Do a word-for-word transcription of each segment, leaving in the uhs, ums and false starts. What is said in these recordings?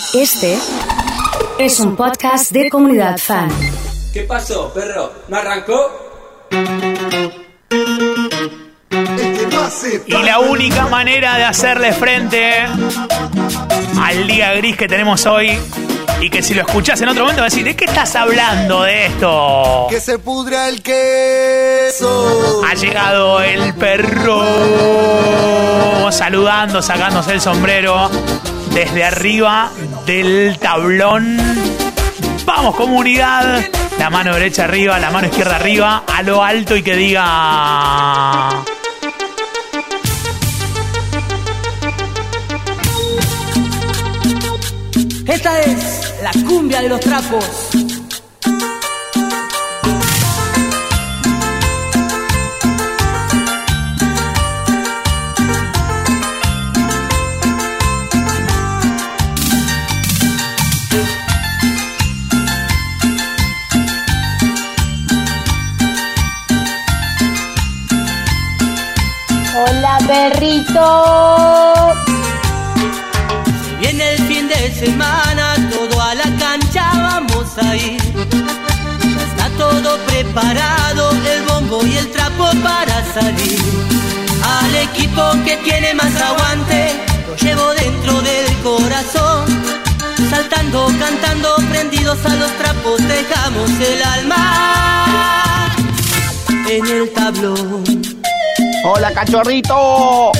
Este es un podcast de Comunidad Fan. ¿Qué pasó, perro? ¿No arrancó? Y la única manera de hacerle frente al día gris que tenemos hoy, y que si lo escuchás en otro momento vas a decir, ¿de qué estás hablando de esto? Que se pudra el queso. Ha llegado el perro saludando, sacándose el sombrero desde arriba del tablón. Vamos, comunidad. La mano derecha arriba, la mano izquierda arriba, a lo alto, y que diga... Esta es la cumbia de los trapos. Hola, perrito. Viene el fin de semana, todo a la cancha vamos a ir. Ya está todo preparado, el bombo y el trapo para salir. Al equipo que tiene más aguante, lo llevo dentro del corazón. Saltando, cantando, prendidos a los trapos, dejamos el alma en el tablón. ¡Hola, cachorrito!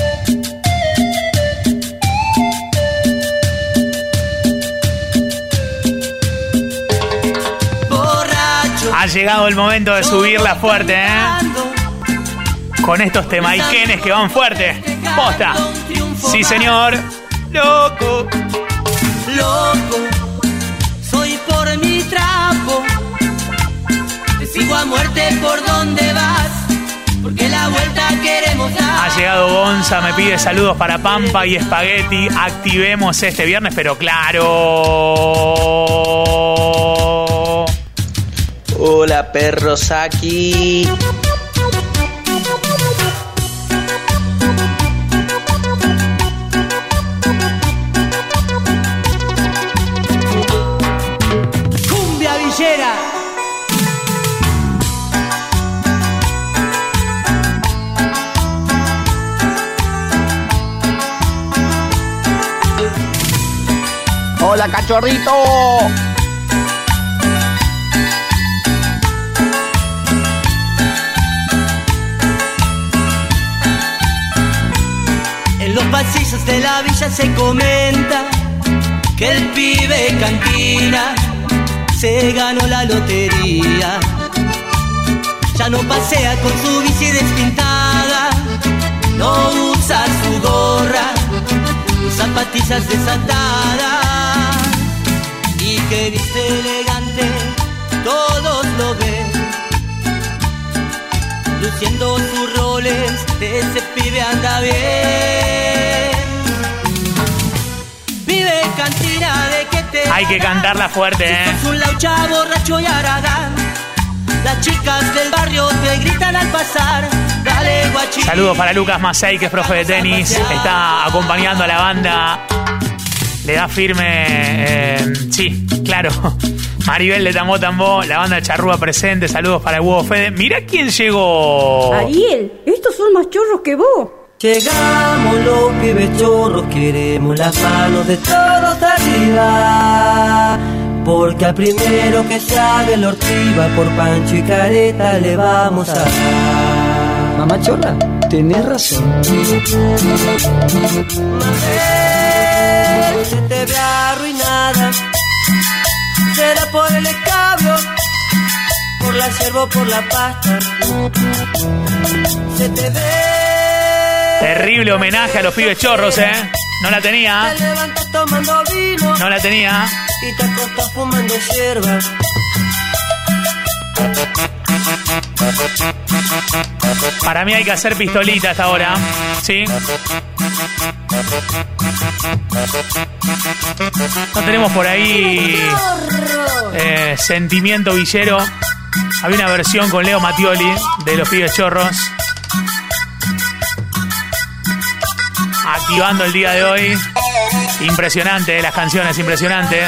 Ha llegado el momento de subirla fuerte, ¿eh? Con estos temaiquenes que van fuerte. ¡Posta! ¡Sí, señor! ¡Loco! Loco, soy por mi trapo. Te sigo a muerte por donde vas, porque la vuelta queremos dar. Ha llegado Gonza, me pide saludos para Pampa y Espagueti. Activemos este viernes, pero claro. Hola, perro Saki. Cumbia villera. ¡Hola, cachorrito! En los pasillos de la villa se comenta que el pibe cantina se ganó la lotería. Ya no pasea con su bici despintada, no usa su gorra, sus zapatillas desatadas, y que viste elegante, todos lo ven, luciendo sus roles, ese pibe anda bien. Vive cantina de que te hay que cantarla fuerte, ¿eh? Si sos un laucha, borracho y aragán, las chicas del barrio te gritan al pasar. Dale, guachín. Saludos para Lucas Macei, que es profe de tenis. Está acompañando a la banda. Le da firme. Eh, sí, claro. Maribel de Tambó Tambó, la banda de Charrúa presente. Saludos para el huevo Fede. Mirá quién llegó. Ariel, estos son más chorros que vos. Llegamos los pibes chorros, queremos las manos de todos arriba. Porque al primero que se haga el ortiva, por Pancho y Careta le vamos a dar. Mamá chorra, tenés razón. Mamel, se te ve arruinada. Será por el escabio, por la yerba o por la pasta. Se te ve. Terrible homenaje a los pibes chorros, ¿eh? No la tenía. Te levantas tomando vino. No la tenía. Y te acostas fumando hierba. Para mí hay que hacer pistolita hasta ahora. ¿Sí? No tenemos por ahí eh, sentimiento villero. Había una versión con Leo Mattioli de los pibes chorros. Activando el día de hoy. Impresionante, las canciones, impresionante.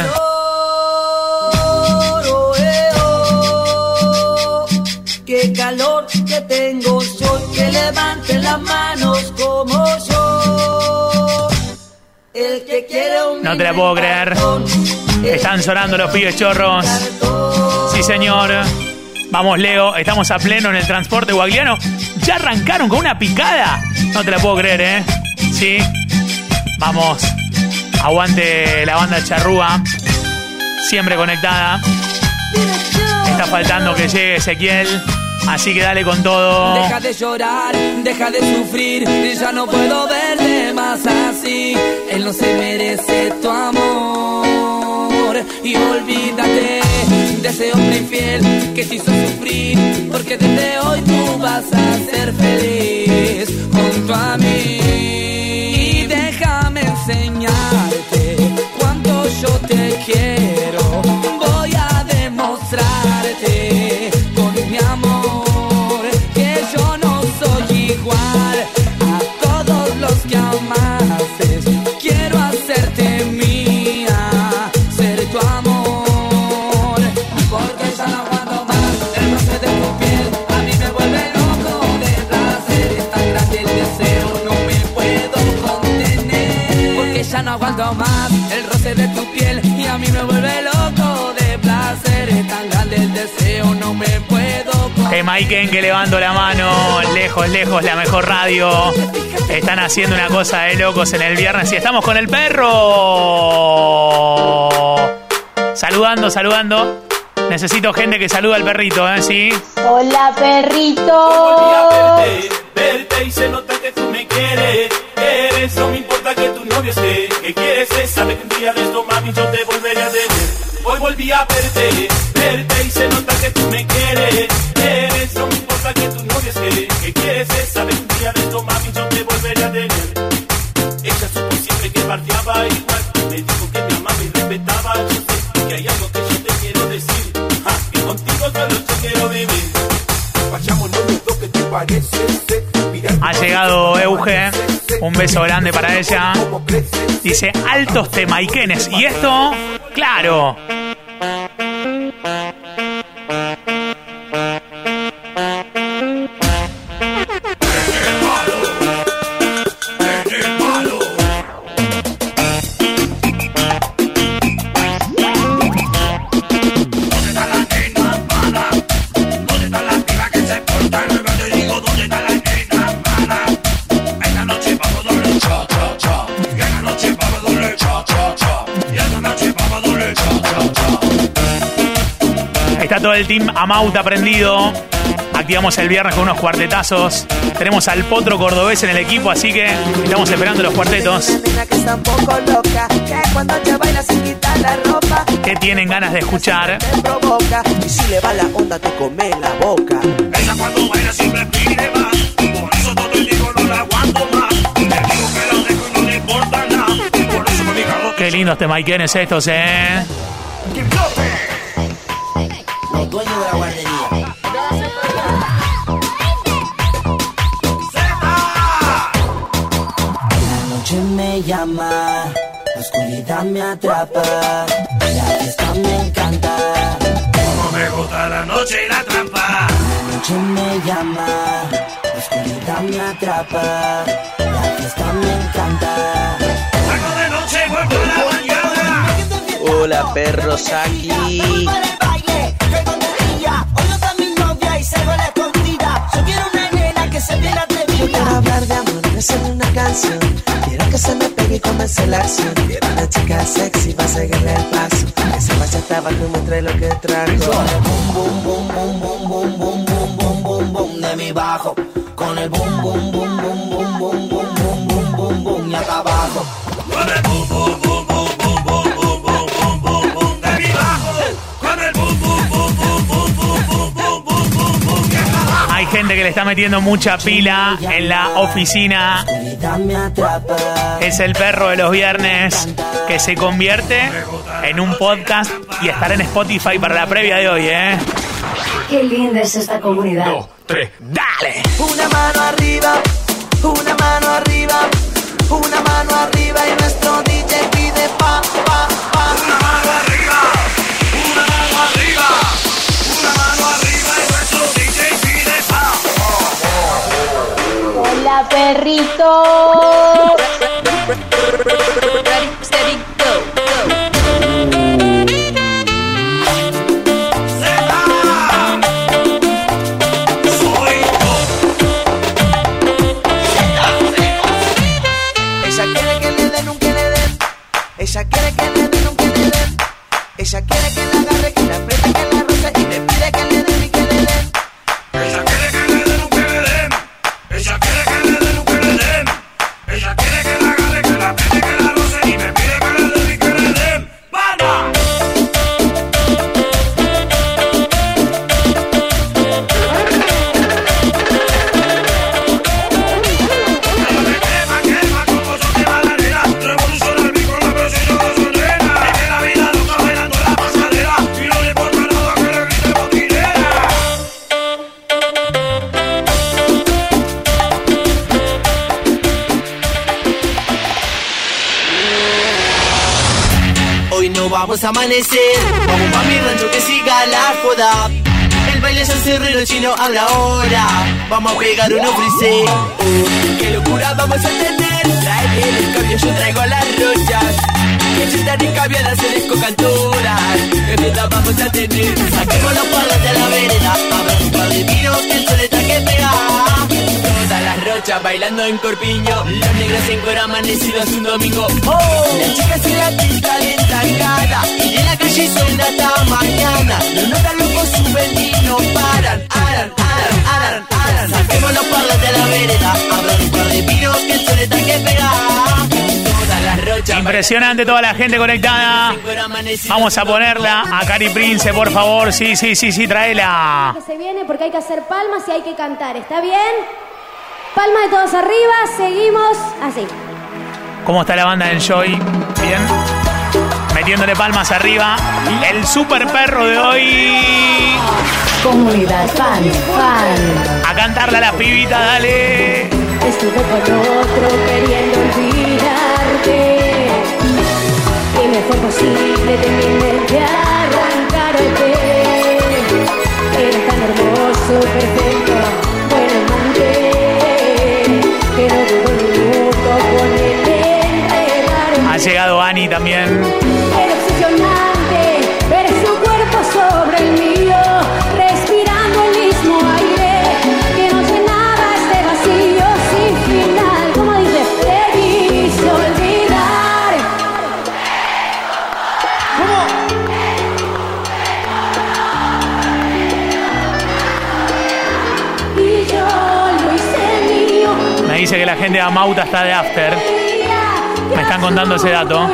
Qué calor que tengo yo, que levante las manos como yo. El que quiere un No te la puedo creer. Están sonando los pibes chorros. Sí, señor. Vamos, Leo. Estamos a pleno en el transporte guagliano. Ya arrancaron con una picada. No te la puedo creer, ¿eh? Sí. Vamos. Aguante la banda charrúa. Siempre conectada. Está faltando que llegue Ezequiel. Así que dale con todo. Deja de llorar, deja de sufrir. Ya no puedo verte más así. Él no se merece tu amor. Y olvídate de ese hombre infiel que te hizo sufrir. Porque desde hoy tú vas a ser feliz junto a mí. Y déjame enseñarte cuánto yo te quiero. Voy a demostrarte con mi amor que yo no soy igual a todos los que amaste. Quiero hacerte mía, ser tu amor, porque ya no aguanto más el roce de tu piel. A mí me vuelve loco de placer, es tan grande el deseo, no me puedo contener. Porque ya no aguanto más el roce de tu piel y a mí me vuelve loco de placer, es tan grande el deseo, no me puedo contener. Hey, Maiken, que levanto la mano. Lejos, lejos, la mejor radio. Están haciendo una cosa de locos en el viernes y estamos con el perro. Saludando, saludando. Necesito gente que saluda al perrito, ¿eh? ¿Sí? Hola, perrito. Volví a verte, verte y se nota que tú me quieres. Eres, no me importa que tu novio esté. Que quieres es saber que un día de esto, mami, yo te volveré a tener. Hoy volví a verte, verte y se nota que tú me quieres. Eres, no me importa que tu novio esté. Que quieres es saber que un día de esto, mami, yo te volveré a tener. Ella supo siempre que parteaba igual. Me dijo que me amaba y respetaba. Yo sé que hay algo que yo te quiero decir. Ja, que contigo solo yo quiero vivir. Vayámonos los dos que te pareces. Ha llegado Euge. Un beso grande para ella. Dice, altos temaiquenes. ¿Y esto? Claro. Está todo el team Amauta prendido. Activamos el viernes con unos cuartetazos. Tenemos al Potro cordobés en el equipo, así que estamos esperando los cuartetos. ¿Qué tienen ganas de escuchar? Y si le va la onda te come la boca. Ella cuando baila siempre pide más. Por eso todo el tiempo no la aguanto más. Le digo que la dejo y no le importa nada. Por eso con mi calor. Qué lindos temaiquenes estos, eh. Los dueños de la guardería. La noche me llama, la oscuridad me atrapa, la fiesta me encanta. Como me gusta la noche y la trampa. La noche me llama, la oscuridad me atrapa, la fiesta me encanta. Salgo de noche y vuelvo a la mañana. Hola, perros aquí. Quiero hablar de amor, de ser una canción. Quiero que se me pegue y comience la acción. Quiero una chica sexy para seguirle el paso. Esa bachata va que muestre lo que traigo. Con el boom, boom, boom, boom, boom, boom, boom, boom, boom, boom, boom de mi bajo. Con el boom, boom, boom, boom, boom, boom, boom, boom, boom, boom, boom y acá abajo. Con el boom, boom, boom, boom, boom, boom, boom, boom, boom, boom, boom de mi bajo. Con el boom, boom, boom, boom, boom, boom, boom, boom, boom, boom, boom y acá abajo. Hay gente que le está metiendo mucha pila en la oficina. Es el perro de los viernes que se convierte en un podcast y estará en Spotify para la previa de hoy, ¿eh? Qué linda es esta comunidad. Dos, tres, dale. Una mano arriba, una mano arriba, Una mano arriba y nuestro D J pide pa, pa, pa. Una mano arriba, una mano arriba, una mano arriba y nuestro D J pide pa. Hola, perrito. Ready, steady, go, go. Ella quiere que le den un que le den. Ella quiere que la agarre, que la apriete, que la roce y me pide que le den y que le den. Ella quiere que le den un que le den. Ella quiere que le den un que le den. Ella quiere que la agarre, que la apriete, que la roce y me pide que le den y que le den. ¡Banda! Vamos a amanecer, vamos a mi rancho que siga la joda. El baile ya cerró, el chino habla ahora. Vamos a pegar unos frisés. Oh, qué locura vamos a tener. Trae el cambio, yo traigo las rochas. Que si están encabiadas se les cocantoras. Que fiesta vamos a tener. Saquemos los palos de la vereda. A ver un par de vinos que el sol está que pega. Todas las rochas bailando en corpiño. Los negros en cora amanecidos un domingo. Oh, las chicas se la pintan entancada. Y en la calle suena hasta mañana. Los notas locos suben y no paran. Aran, aran, aran, aran. Saquemos los palos de la vereda. A ver un par de vinos que el sol está que pega. Todas las rochas. Impresionante toda la gente conectada. Vamos a ponerla a Cari Prince, por favor. Sí, sí, sí, sí, tráela. Que se viene porque hay que hacer palmas y hay que cantar, ¿está bien? Palma de todos arriba, seguimos así. ¿Cómo está la banda del Joy? Bien. Metiéndole palmas arriba. El super perro de hoy. Comunidad fan, fan. A cantarla a las pibitas, dale. Estuve con otro queriendo olvidarte. Y me fue posible de mi mente arrancarte. Era tan hermoso, perfecto, buen amante. Que no dudo un minuto con él entregarme. Ha llegado Ani también. Era obsesionante ver su cuerpo sobre el mío, respirando el mismo aire que nos llenaba este vacío sin final. Como dice, te quise olvidar. ¿Cómo? Y yo lo hice mío. Me dice que la gente de Amauta está de after. Me están contando ese dato.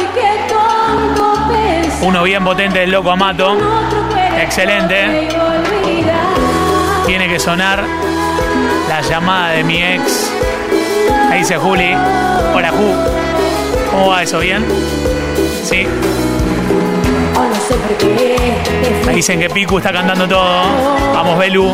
Uno bien potente del Loco Amato. Excelente. Tiene que sonar la llamada de mi ex. Ahí dice Juli. Hola, Ju. ¿Cómo va eso? ¿Bien? Sí. Me dicen que Piku está cantando todo. Vamos, Belu.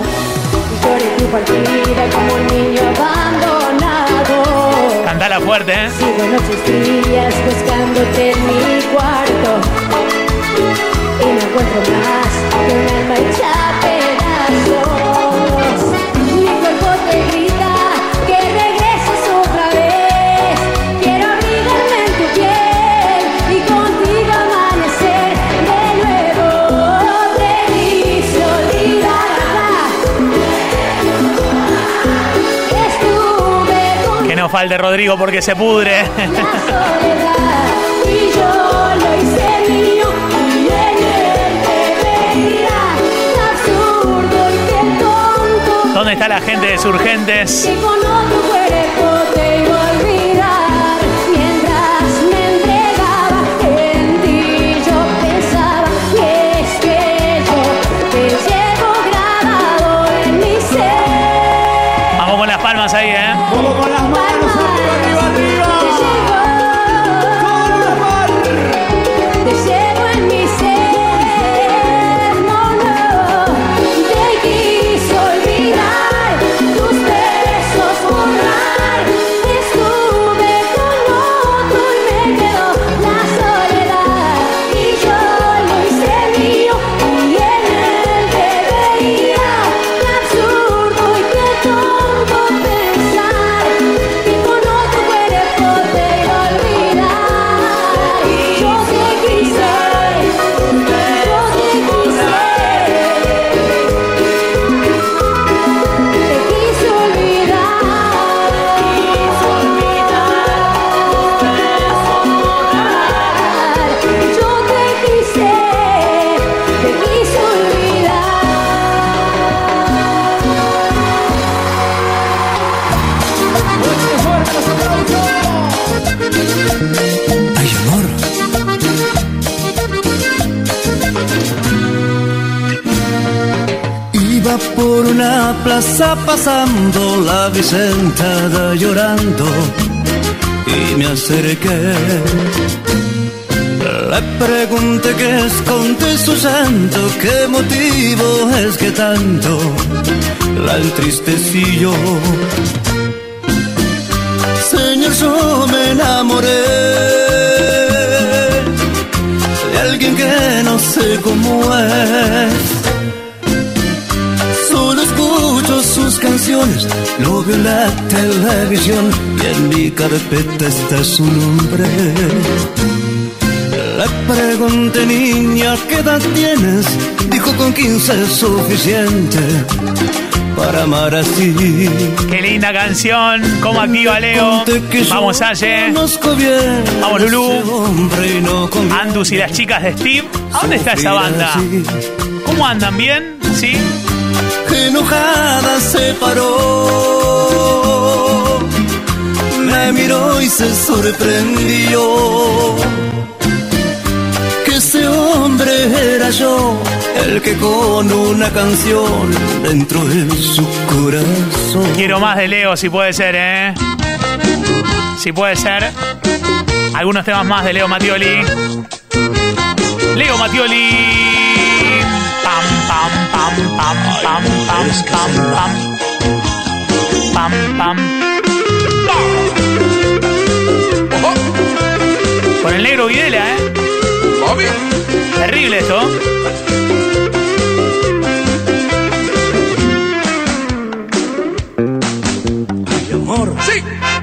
Cantala fuerte, ¿eh? Sigo noches días buscándote en mi cuarto y no encuentro más que un alma hecha a pedazos. Mi cuerpo te grita que regreses otra vez. Quiero abrigarme en tu piel y contigo amanecer de nuevo. Te quise olvidar. Estuve con Que no falte Rodrigo porque se pudre. la soledad y yo lo hice mío y en él te veía absurdo y qué tonto. ¿Dónde está la gente de Surgentes? Que con otro cuerpo te iba a olvidar. Mientras me entregaba en ti yo pensaba que es que yo te llevo grabado en mi ser. Vamos con las palmas ahí, ¿eh? Vamos con las manos arriba, arriba, arriba. Te llevo, te llevo en mi ser. No, no, te quise olvidar. Tus besos borrar. una plaza pasando, la vi sentada llorando y me acerqué. Le pregunté qué esconde su llanto, qué motivo es que tanto la entristecí yo. Señor, yo me enamoré de alguien que no sé cómo es. Solo escucho sus canciones, lo veo en la televisión y en mi carpeta está su nombre. Le pregunté, niña, ¿qué edad tienes? Dijo, con quince es suficiente para amar así. Qué linda canción, cómo activa Leo. Vamos, Aye. Vamos, Lulú. Andus y las chicas de Steve. ¿A dónde está esa banda? ¿Cómo andan? ¿Bien? ¿Sí? Enojada se paró, me miró y se sorprendió. Que ese hombre era yo, el que con una canción dentro de su corazón. Quiero más de Leo, si puede ser, ¿eh? Si puede ser. Algunos temas más de Leo Mattioli. Leo Mattioli. Pam, pam, pam, pam, pam, pam, pam, pam. Pam, pam. Con el negro Videla, ¿eh? Terrible esto. Ay, amor. Sí.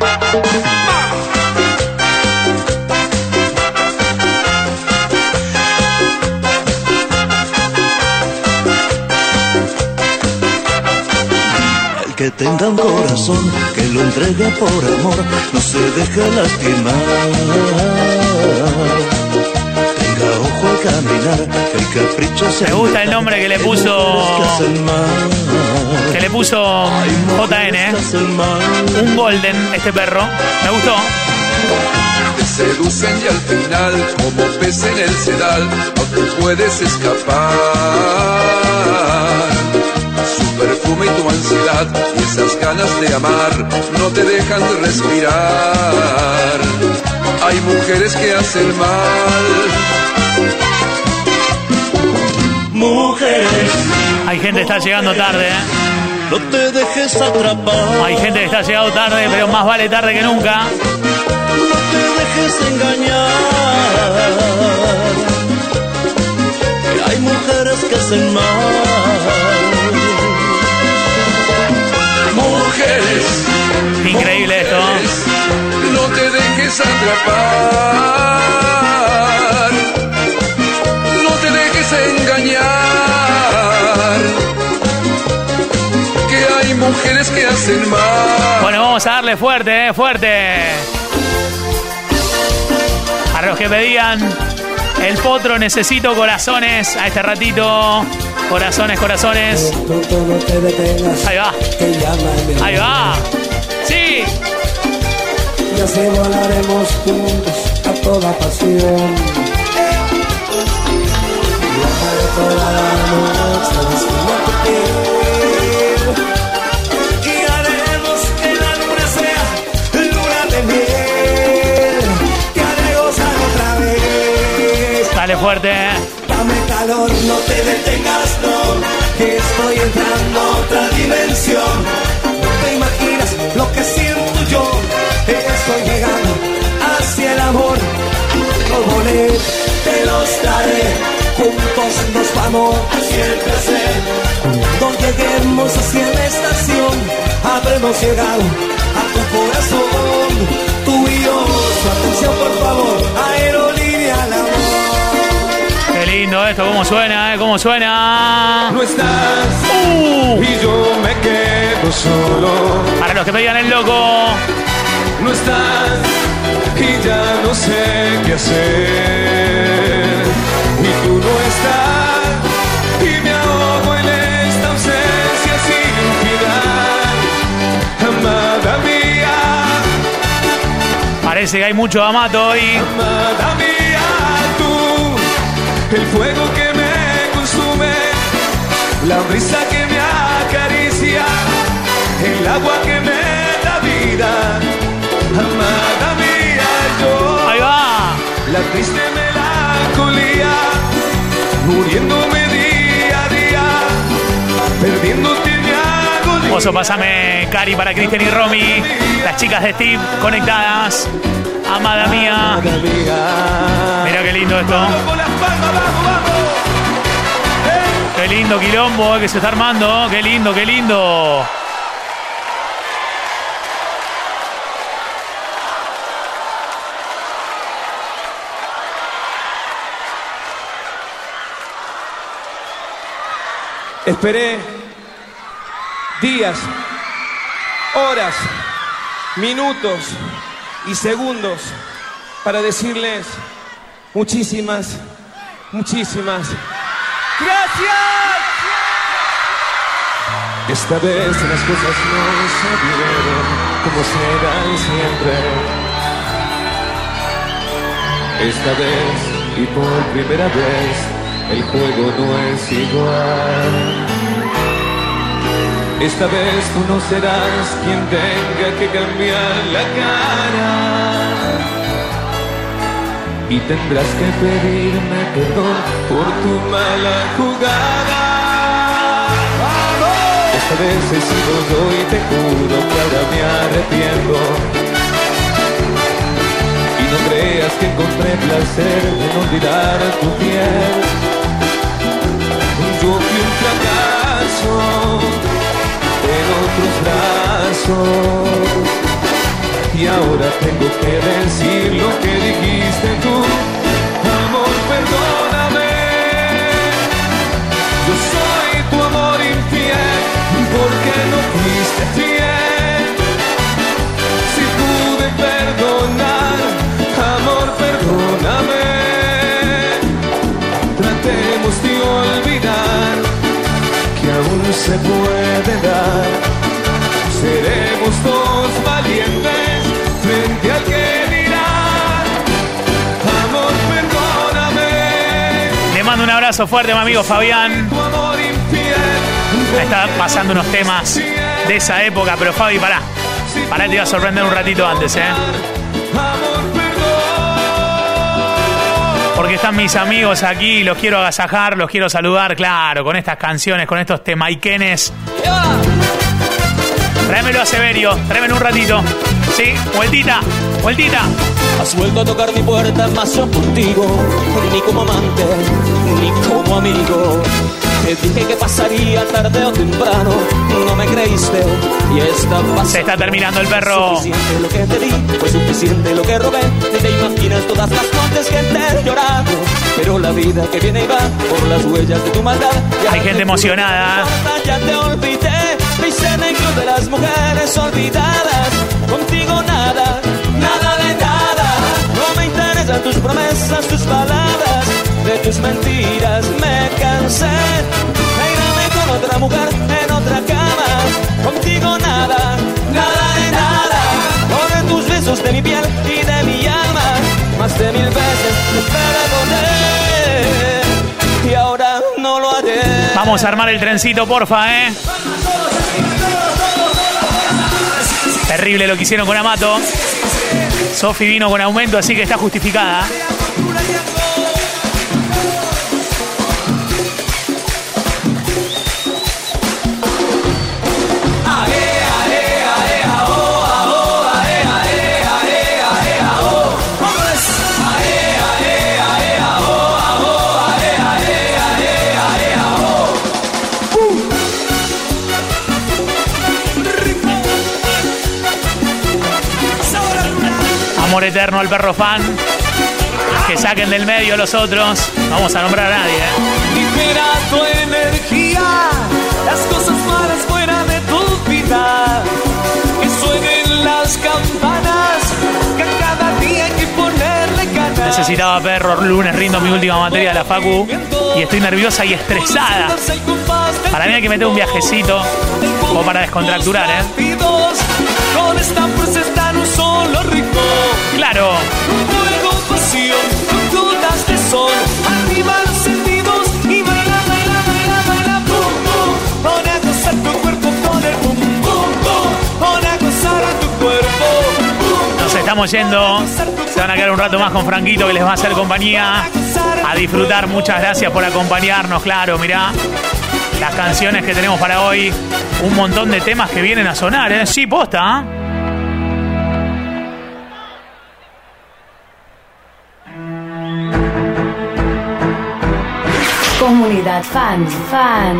El que tenga un corazón, que lo entregue por amor, no se deje lastimar. Ojo al caminar, el capricho se. Me gusta el nombre que le puso. Que le puso J N, ¿eh? Un golden, este perro. Me gustó. Te seducen y al final, como pez en el sedal, no te puedes escapar. Su perfume y tu ansiedad y esas ganas de amar no te dejan respirar. Hay mujeres que hacen mal. Mujeres. Hay gente que está llegando tarde, ¿eh? No te dejes atrapar. Hay gente que está llegando tarde, pero más vale tarde que nunca. No te dejes engañar. Que hay mujeres que hacen mal. Mujeres. Increíble esto. No te dejes atrapar. No te dejes engañar. Que hay mujeres que hacen mal. Bueno, vamos a darle fuerte, eh, fuerte. A los que pedían el potro, necesito corazones. A este ratito, corazones, corazones. Ahí va. Ahí va. Sí. Y así volaremos juntos a toda pasión. Viajaré toda la noche desfila tu piel. Y haremos que la luna sea luna de miel. Te haré gozar otra vez. Dale fuerte. Dame calor, no te detengas, no. Que estoy entrando a otra dimensión. No te imaginas lo que siento yo. Estoy llegando hacia el amor. Como le te los daré. Juntos nos vamos hacia el placer. Cuando lleguemos hacia la estación, habremos llegado a tu corazón. Tú y yo, su atención por favor. Aerolínea al amor. Qué lindo esto, cómo suena, eh, cómo suena. No estás uh. y yo me quedo solo. Para los que pedían el loco. No estás y ya no sé qué hacer. Y tú no estás y me ahogo en esta ausencia sin piedad. Amada mía. Parece que hay mucho amato hoy. Amada mía, tú, el fuego que me consume, la brisa que me acaricia. triste melancolía, muriéndome día a día, perdiéndote en mi agonía. Oso, pásame Cari para Cristian y Romy. Las chicas de Steve conectadas. Amada mía. Mira qué lindo esto. Qué lindo quilombo que se está armando. Qué lindo, qué lindo. Esperé días, horas, minutos y segundos para decirles muchísimas, muchísimas gracias. Esta vez las cosas no se dieron como se dan siempre. Esta vez y por primera vez el juego no es igual. Esta vez tú no serás quien tenga que cambiar la cara y tendrás que pedirme perdón por tu mala jugada. Esta vez he sido yo y te juro que ahora me arrepiento. Y no creas que encontré placer en olvidar tu piel. Yo fui un fracaso en otros brazos y ahora tengo que decir lo que dijiste tú. Amor, perdóname, yo soy tu amor infiel porque no fuiste fiel. Si pude perdonar, amor, perdóname. Tratemos de olvidar que aún se puede dar. Seremos dos valientes frente al que dirá. Amor, perdóname. Le mando un abrazo fuerte a mi amigo Fabián. Está pasando unos temas de esa época, pero Fabi, pará. Pará, te iba a sorprender un ratito antes, ¿eh? Porque están mis amigos aquí, los quiero agasajar, los quiero saludar, claro, con estas canciones, con estos temaiquenes. Tráemelo a Severio, tráemelo un ratito. Sí, vueltita, vueltita. Has vuelto a tocar mi puerta, más yo contigo, ni como amante, ni como amigo. Te dije que pasaría tarde o temprano, no me creíste y esta pasó. Se está terminando el perro. Suficiente lo que te di, fue suficiente lo que robé. Ni te imaginas todas las noches que te he llorado. Pero la vida que viene y va por las huellas de tu maldad. Hay gente emocionada. Ya te olvidé, me hice en el club de las mujeres olvidadas. Contigo nada, nada de nada. No me interesan tus promesas, tus palabras. De tus mentiras me cansé. Peíname con otra mujer en otra cama. Contigo nada, nada de nada. Corre tus besos de mi piel y de mi alma. Más de mil veces te perdoné y ahora no lo haré. Vamos a armar el trencito, porfa, ¿eh? Terrible lo que hicieron con Amato. Sofi vino con aumento, así que está justificada. Amor eterno al perro fan. Que saquen del medio los otros. No vamos a nombrar a nadie, ¿eh? Libera tu energía, las cosas malas fuera de tu vida. Que suenen las campanas, que cada día hay que ponerle ganas. Necesitaba perro, lunes rindo mi última materia de la facu y estoy nerviosa y estresada. Para mí hay que meter un viajecito o para descontracturar, ¿eh? Con esta fuerza está en un solo ritmo. Claro. Fuego, pasión, con gotas de sol. Activa los sentidos y baila, baila, baila, baila. Pum, pum. Pon a gozar tu cuerpo con el pum, pum, pum. Pon a gozar a tu cuerpo. Pum, nos estamos yendo. Nos Se van a quedar un rato más con Franquito, que les va a hacer compañía. A disfrutar. Muchas gracias por acompañarnos. Claro, mirá las canciones que tenemos para hoy. Un montón de temas que vienen a sonar, ¿eh? Sí, posta, ¿eh? Comunidad Fan, fan.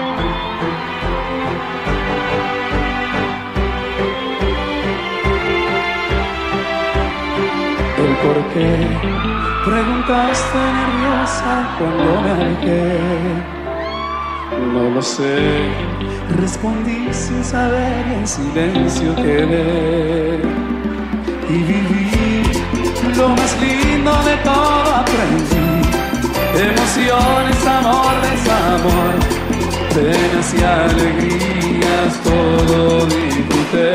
El por qué preguntaste nerviosa cuando me alejé. No lo sé, respondí sin saber y en silencio quedé. Y viví lo más lindo de todo, aprendí. Emociones, amor, desamor, penas y alegrías, todo disfruté.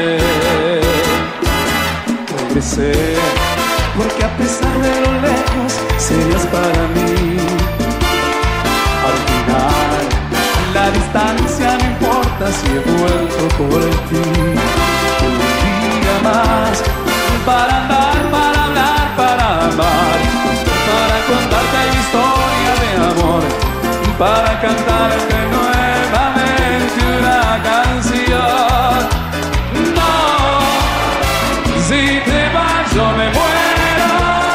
Regresé, porque a pesar de lo lejos, serías para mí. Al final, la distancia no importa si he vuelto por ti. Un día más, para andar, para hablar, para amar, para contarte mi historia de amor, para cantarte nuevamente una canción. No, si te vas yo me muero.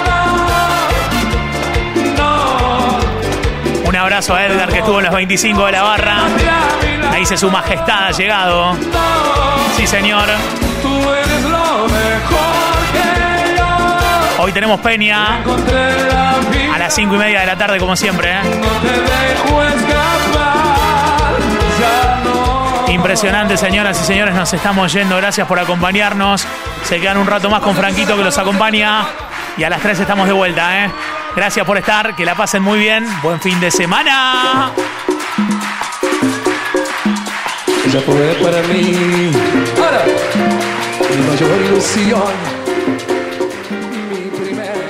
No, no. Un abrazo a Edgar, que estuvo en los veinticinco de la barra. Ahí dice su majestad ha llegado. Sí, señor. Tú eres lo mejor que yo. Hoy tenemos Peña a las cinco y media de la tarde, como siempre, ¿eh? No te dejo escapar, ya no. Impresionante, señoras y señores, nos estamos yendo. Gracias por acompañarnos. Se quedan un rato más con Franquito, que los acompaña. Y a las tres estamos de vuelta, ¿eh? Gracias por estar, que la pasen muy bien. Buen fin de semana. Ella fue para mí, ahora, mi mayor ilusión, mi primer